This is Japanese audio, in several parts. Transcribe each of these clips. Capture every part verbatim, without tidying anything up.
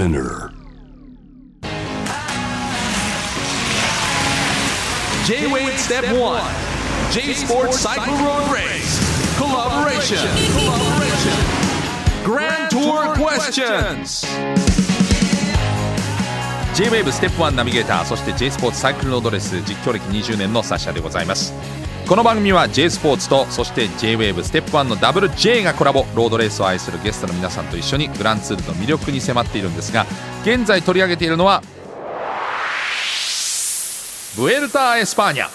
Spinner J-Wave Step one J Sports Cycle Road Race Collaboration Collaboration Grand Tour Questions J-Wave Step oneナビゲーター、そして J スポーツサイクルロードレース実況歴にじゅうねんのサッシャでございます。この番組は J スポーツとそして J-Wave ステップワンのダブル J がコラボ、ロードレースを愛するゲストの皆さんと一緒にグランツールの魅力に迫っているんですが、現在取り上げているのはブエルタ・エスパーニャ。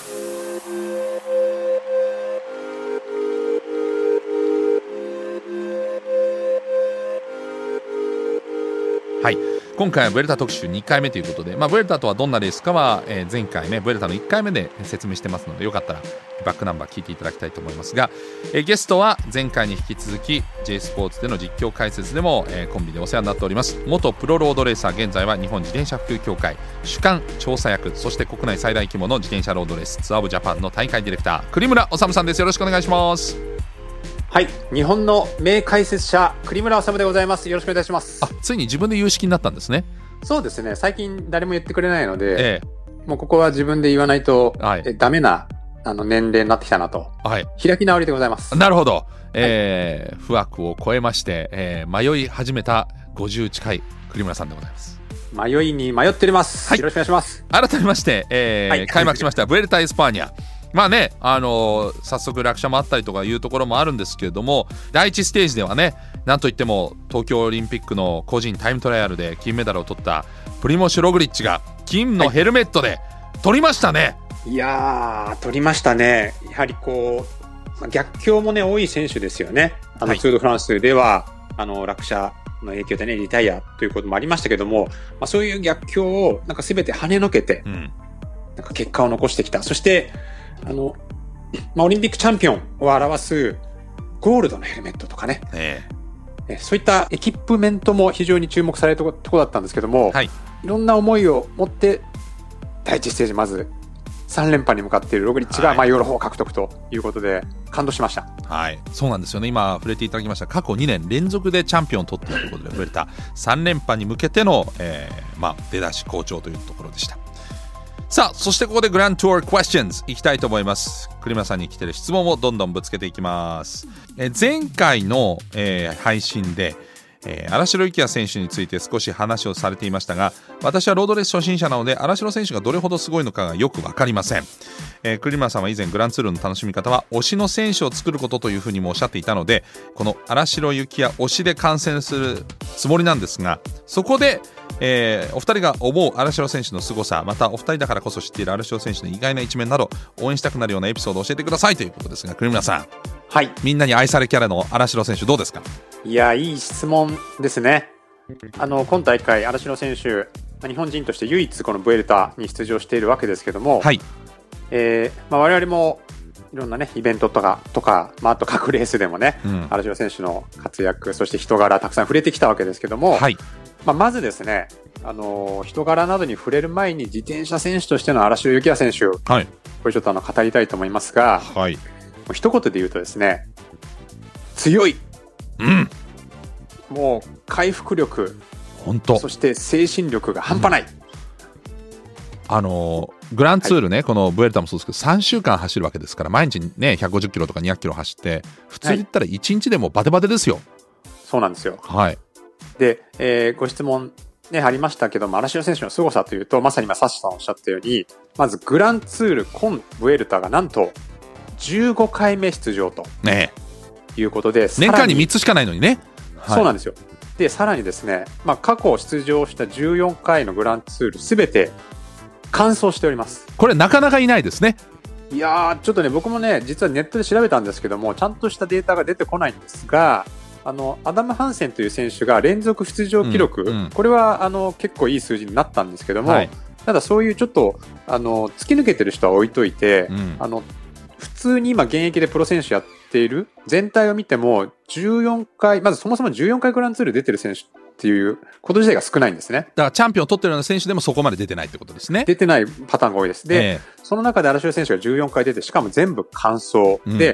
はい、今回はブエルタ特集にかいめということで、まあ、ブエルタとはどんなレースかは、えー、前回ねブエルタのいっかいめで説明してますので、よかったらバックナンバー聞いていただきたいと思いますが、えー、ゲストは前回に引き続き J スポーツでの実況解説でも、えー、コンビでお世話になっております元プロロードレーサー、現在は日本自転車普及協会主幹調査役、そして国内最大規模の自転車ロードレースツアーオブジャパンの大会ディレクター、栗村修さんです。よろしくお願いします。 はい、日本の名解説者栗村修でございます。よろしくお願いします。 あ、ついに自分で有識になったんですね。 そうですね、最近誰も言ってくれないので、 ええ、 もうここは自分で言わないと、 はい、 えダメなあの年齢になってきたなと、はい、開き直りでございます。 なるほど、えーはい、不惑を超えまして、えー、迷い始めたごじゅう近い栗村さんでございます。 迷いに迷っております、はい、よろしくお願いします。 改めまして、えーはい、開幕しましたブエルタ・エスパーニャ。まあね、あのー、早速落車もあったりとかいうところもあるんですけれども、第一ステージではね、なんといっても東京オリンピックの個人タイムトライアルで金メダルを取ったプリモシュ・ログリッチが金のヘルメットで取りましたね、 はい、いやー取りましたね。やはりこう逆境もね多い選手ですよね。あの、はい、ツール・フランスではあの落車の影響でねリタイアということもありましたけども、まあ、そういう逆境をなんか全て跳ねのけて、うん、なんか結果を残してきた。そしてあの、まあ、オリンピックチャンピオンを表すゴールドのヘルメットとかね、ええ、そういったエキップメントも非常に注目されたところだったんですけども、はい、いろんな思いを持って第一ステージまずさん連覇に向かっているログリッチが、はい、まあ、ヨーロッパを獲得ということで感動しました。 はい、そうなんですよね。今触れていただきました過去にねん連続でチャンピオンを取っているということで触れたさん連覇に向けての、えーまあ、出だし好調というところでした。さあ、そしてここでグラントゥアー Questions いきたいと思います。栗村さんに来てる質問をどんどんぶつけていきます。え前回の、えー、配信で、えー、荒城幸也選手について少し話をされていましたが、私はロードレース初心者なので荒城選手がどれほどすごいのかがよく分かりません。えー、栗村さんは以前グランツールの楽しみ方は推しの選手を作ることというふうにもおっしゃっていたので、この荒城幸也推しで観戦するつもりなんですが、そこでえー、お二人が思う荒城選手の凄さ、またお二人だからこそ知っている荒城選手の意外な一面など応援したくなるようなエピソードを教えてくださいということですが、栗村さん、 はい、 みんなに愛されキャラの荒城選手どうですか？ いや、いい質問ですね。あの今大会荒城選手日本人として唯一このブエルタに出場しているわけですけども、はい、えーまあ、我々もいろんなねイベントとかとか、まあ、あと各レースでもね、うん、荒城選手の活躍、そして人柄たくさん触れてきたわけですけども、はい、まあ、まずですね、あの人柄などに触れる前に自転車選手としての荒城幸也選手、はい、これちょっとあの語りたいと思いますが、はい、もう一言で言うとですね、強い、うん、もう回復力、本当、そして精神力が半端ない、うん、 あのグランツールね、はい、このブエルタもそうですけどさんしゅうかん走るわけですから、毎日ねひゃくごじゅっキロとかにひゃくキロ走って、普通言ったらいちにちでもバテバテですよ、はい、 そうなんですよ。 はい。 で、えー、ご質問ね、ありましたけども、荒城選手の凄さというと、まさに今サッシさんおっしゃったように、まずグランツールコンブエルタがなんとじゅうごかいめ出場ということで、ね、 年間にみっつしかないのにね、 はい、そうなんですよ。でさらにですね、まあ、過去出場したじゅうよんかいのグランツールすべて完走しております。 これなかなかいないですね。 いやー、ちょっとね、僕もね実はネットで調べたんですけども、ちゃんとしたデータが出てこないんですが、あのアダム・ハンセンという選手が連続出場記録、うんうん、これはあの結構いい数字になったんですけども、はい、ただそういうちょっとあの突き抜けてる人は置いといて、うん、あの普通に今現役でプロ選手やっている全体を見てもじゅうよんかい、まずそもそもじゅうよんかいグランツール出てる選手っていうこと自体が少ないんですね。 だからチャンピオンを取ってるような選手でもそこまで出てないってことですね。 出てないパターンが多いです。で、えー、その中で荒城選手がじゅうよんかい出て、しかも全部完走、うん、で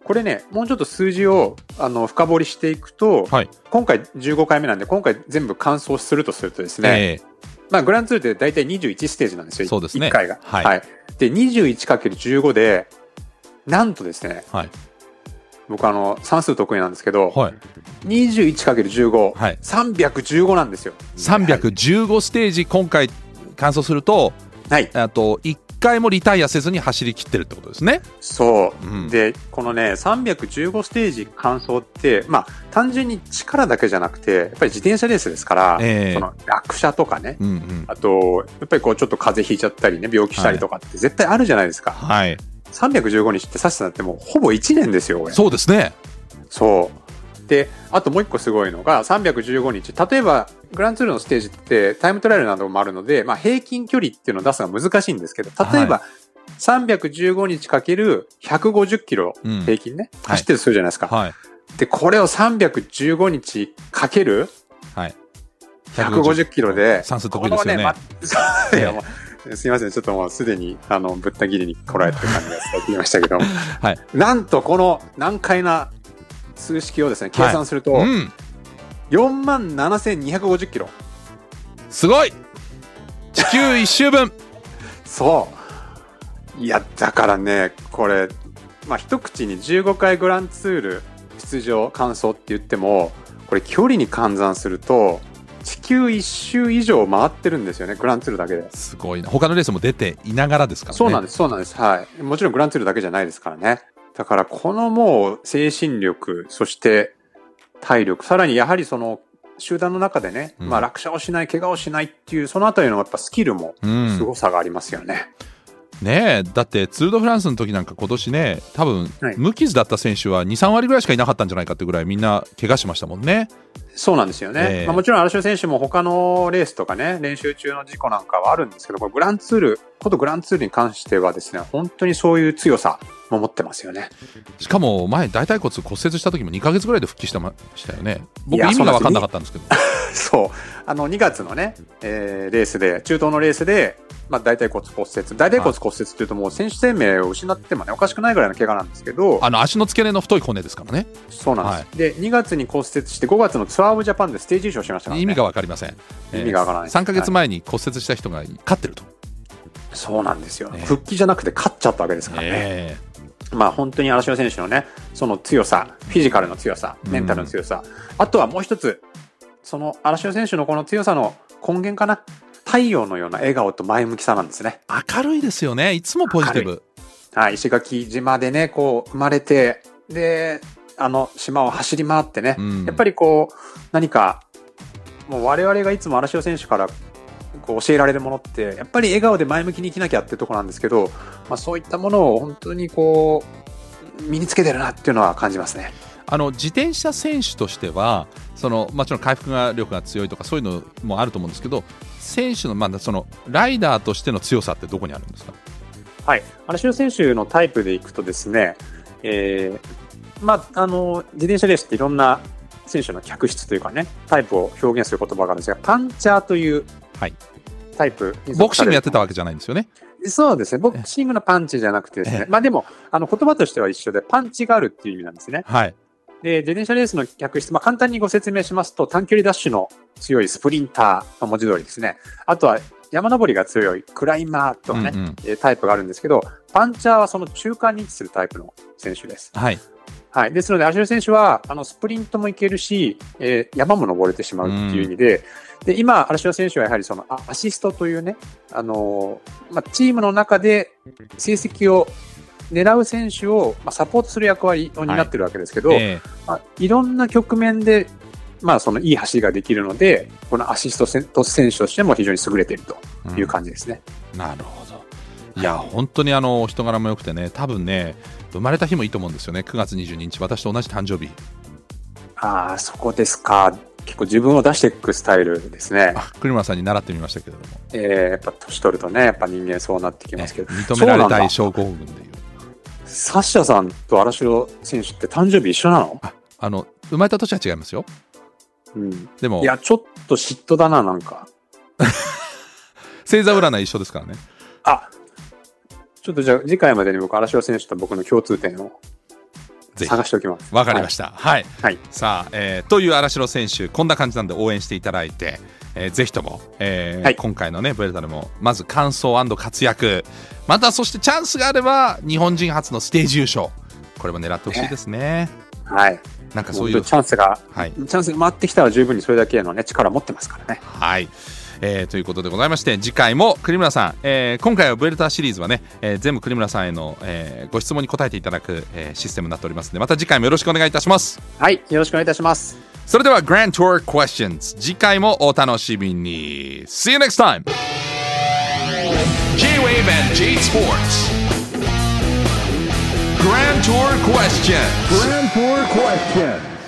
これね、もうちょっと数字をあの深掘りしていくと、はい、今回じゅうごかいめなんで、今回全部完走するとするとですね、えーまあ、グランツールって大体にじゅういちステージなんですよ、 そうですね、 いっかいが。 はいはい、 で にじゅういちかけるじゅうご で、なんとですね、はい、僕あの算数得意なんですけど、はい、にじゅういちかけるじゅうご、はい、さんびゃくじゅうごなんですよ。 さんびゃくじゅうごステージ今回完走すると、はい、あといっかいもリタイアせずに走り切ってるってことですね。 そう、うん、でこのねさんびゃくじゅうごステージ完走って、まあ、単純に力だけじゃなくてやっぱり自転車レースですから、えー、その落車とかね、うんうん、あとやっぱりこうちょっと風邪ひいちゃったりね、病気したりとかって絶対あるじゃないですか。はい、さんびゃくじゅうごにちってさしてなってもうほぼいちねんですよ。 そうですね。 そうで、あともう一個すごいのがさんびゃくじゅうごにち、例えばグランツールのステージってタイムトライアルなどもあるので、まあ、平均距離っていうのを出すのが難しいんですけど、例えばさんびゃくじゅうごにちかけるひゃくごじゅっキロ平均ね、うん、走ってるとするじゃないですか、はい、でこれをさんびゃくじゅうごにちかけるひゃくごじゅっキロで、 算数得意ですよね。 ま、いやもうすいません、ちょっともうすでにあのぶった切りに来られてる感じが伝わってきましたけど、はい、なんとこの難解な数式をですね計算すると、はい、うん、よんまんななせんにひゃくごじゅっキロ、 すごい、地球一周分そういやだからね、これ、まあ、一口にじゅうごかいグランツール出場完走って言っても、これ距離に換算すると地球一周以上回ってるんですよね、グランツールだけで。 すごいな。他のレースも出ていながらですからね。 そうなんです、そうなんです、はい、もちろんグランツールだけじゃないですからね。だからこのもう精神力、そして体力、さらにやはりその集団の中でね、うん、まあ落車をしない、怪我をしないっていうそのあたりのやっぱスキルもすごさがありますよね。 うん、ねえ、だってツール・ド・フランスの時なんか今年ね、多分無傷だった選手は にさんわりぐらいしかいなかったんじゃないかってぐらいみんな怪我しましたもんね。 そうなんですよね、えーまあ、もちろん荒城選手も他のレースとかね、練習中の事故なんかはあるんですけど、これグランツール、ことグランツールに関してはですね、本当にそういう強さも持ってますよね。 しかも前大腿骨骨折した時もにかげつぐらいで復帰してましたよね。僕意味が分かんなかったんですけどそう、あのにがつのね、えー、レースで、中東のレースで、まあ、大腿骨骨折、大腿骨骨折っていうともう選手生命を失ってもねおかしくないぐらいの怪我なんですけど、 あの足の付け根の太い骨ですからね。 そうなんです、はい、でにがつに骨折してごがつのツアーオブジャパンでステージ優勝しましたからね。 意味が分かりません。 意味が分からない、えー、 さんかげつまえに骨折した人が勝ってると、はい、 そうなんですよ、ね、復帰じゃなくて勝っちゃったわけですからね、えー、まあ本当に荒城選手のね、その強さ、フィジカルの強さ、メンタルの強さ、うん、あとはもう一つ、その荒城選手のこの強さの根源かな、太陽のような笑顔と前向きさなんですね。 明るいですよね、いつもポジティブ。 はい、石垣島でねこう生まれて、であの島を走り回ってね、うん、やっぱりこう何かもう我々がいつも荒城選手からこう教えられるものってやっぱり笑顔で前向きに生きなきゃっていうところなんですけど、まあ、そういったものを本当にこう身につけてるなっていうのは感じますね。 あの自転車選手としてはそのもちろん回復力が強いとかそういうのもあると思うんですけど、選手の、まあ、そのライダーとしての強さってどこにあるんですか？ はい、荒城選手のタイプでいくとですね、えーまあ、あの自転車レースっていろんな選手の脚質というかね、タイプを表現する言葉があるんですが、パンチャーというタイプに、 はい、ボクシングやってたわけじゃないんですよね。 そうですね、ボクシングのパンチじゃなくてですね、まあでもあの言葉としては一緒でパンチがあるっていう意味なんですね。はい。で自転車レースの脚質、まあ、簡単にご説明しますと、短距離ダッシュの強いスプリンターの文字通りですね、あとは山登りが強いクライマーとかね、うんうん、タイプがあるんですけど、パンチャーはその中間に位置するタイプの選手です。はい、はい、ですので荒城選手はあのスプリントもいけるし、えー、山も登れてしまうっていう意味で、うん、で今荒城選手はやはりそのアシストというね、あのーまあ、チームの中で成績を狙う選手をサポートする役割を担っているわけですけど、はい、えーまあ、いろんな局面で、まあ、そのいい走りができるので、このアシスト選手としても非常に優れているという感じですね。 うん、なるほど。いや本当にあの人柄も良くてね、多分ね生まれた日もいいと思うんですよね。くがつにじゅうににち、私と同じ誕生日。 ああ、そこですか。結構自分を出していくスタイルですね。 栗村さんに習ってみましたけれども、 えー、やっぱ年取るとね、やっぱ人間そうなってきますけど、 ね、認められたい症候群でいう。 サッシャさんと荒城選手って誕生日一緒なの？ ああの生まれた年は違いますよ。 うん、でもいやちょっと嫉妬だな、なんか星座占い一緒ですからね。 あ、ちょっとじゃあ次回までに僕荒城選手と僕の共通点を探しておきます。 わかりました。はい。 はい、 さあ、えー、という荒城選手、こんな感じなんで応援していただいて、えー、ぜひとも、えーはい、今回のねブエルタでもまず完走&活躍、またそしてチャンスがあれば日本人初のステージ優勝、これも狙ってほしいですね。ね、 はい。 なんかそういうチャンスが、はい、チャンスが回ってきたら十分にそれだけのね力を持ってますからね。 はい。えー、ということでございまして、次回も栗村さん、えー、今回はブエルタシリーズはね、えー、全部栗村さんへの、えー、ご質問に答えていただく、えー、システムになっておりますので、また次回もよろしくお願いいたします。 はい、よろしくお願いいたします。 それでは Grand Tour Questions、 次回もお楽しみに。 See you next time。 J-Wave and J Sports Grand Tour Questions Grand Tour Questions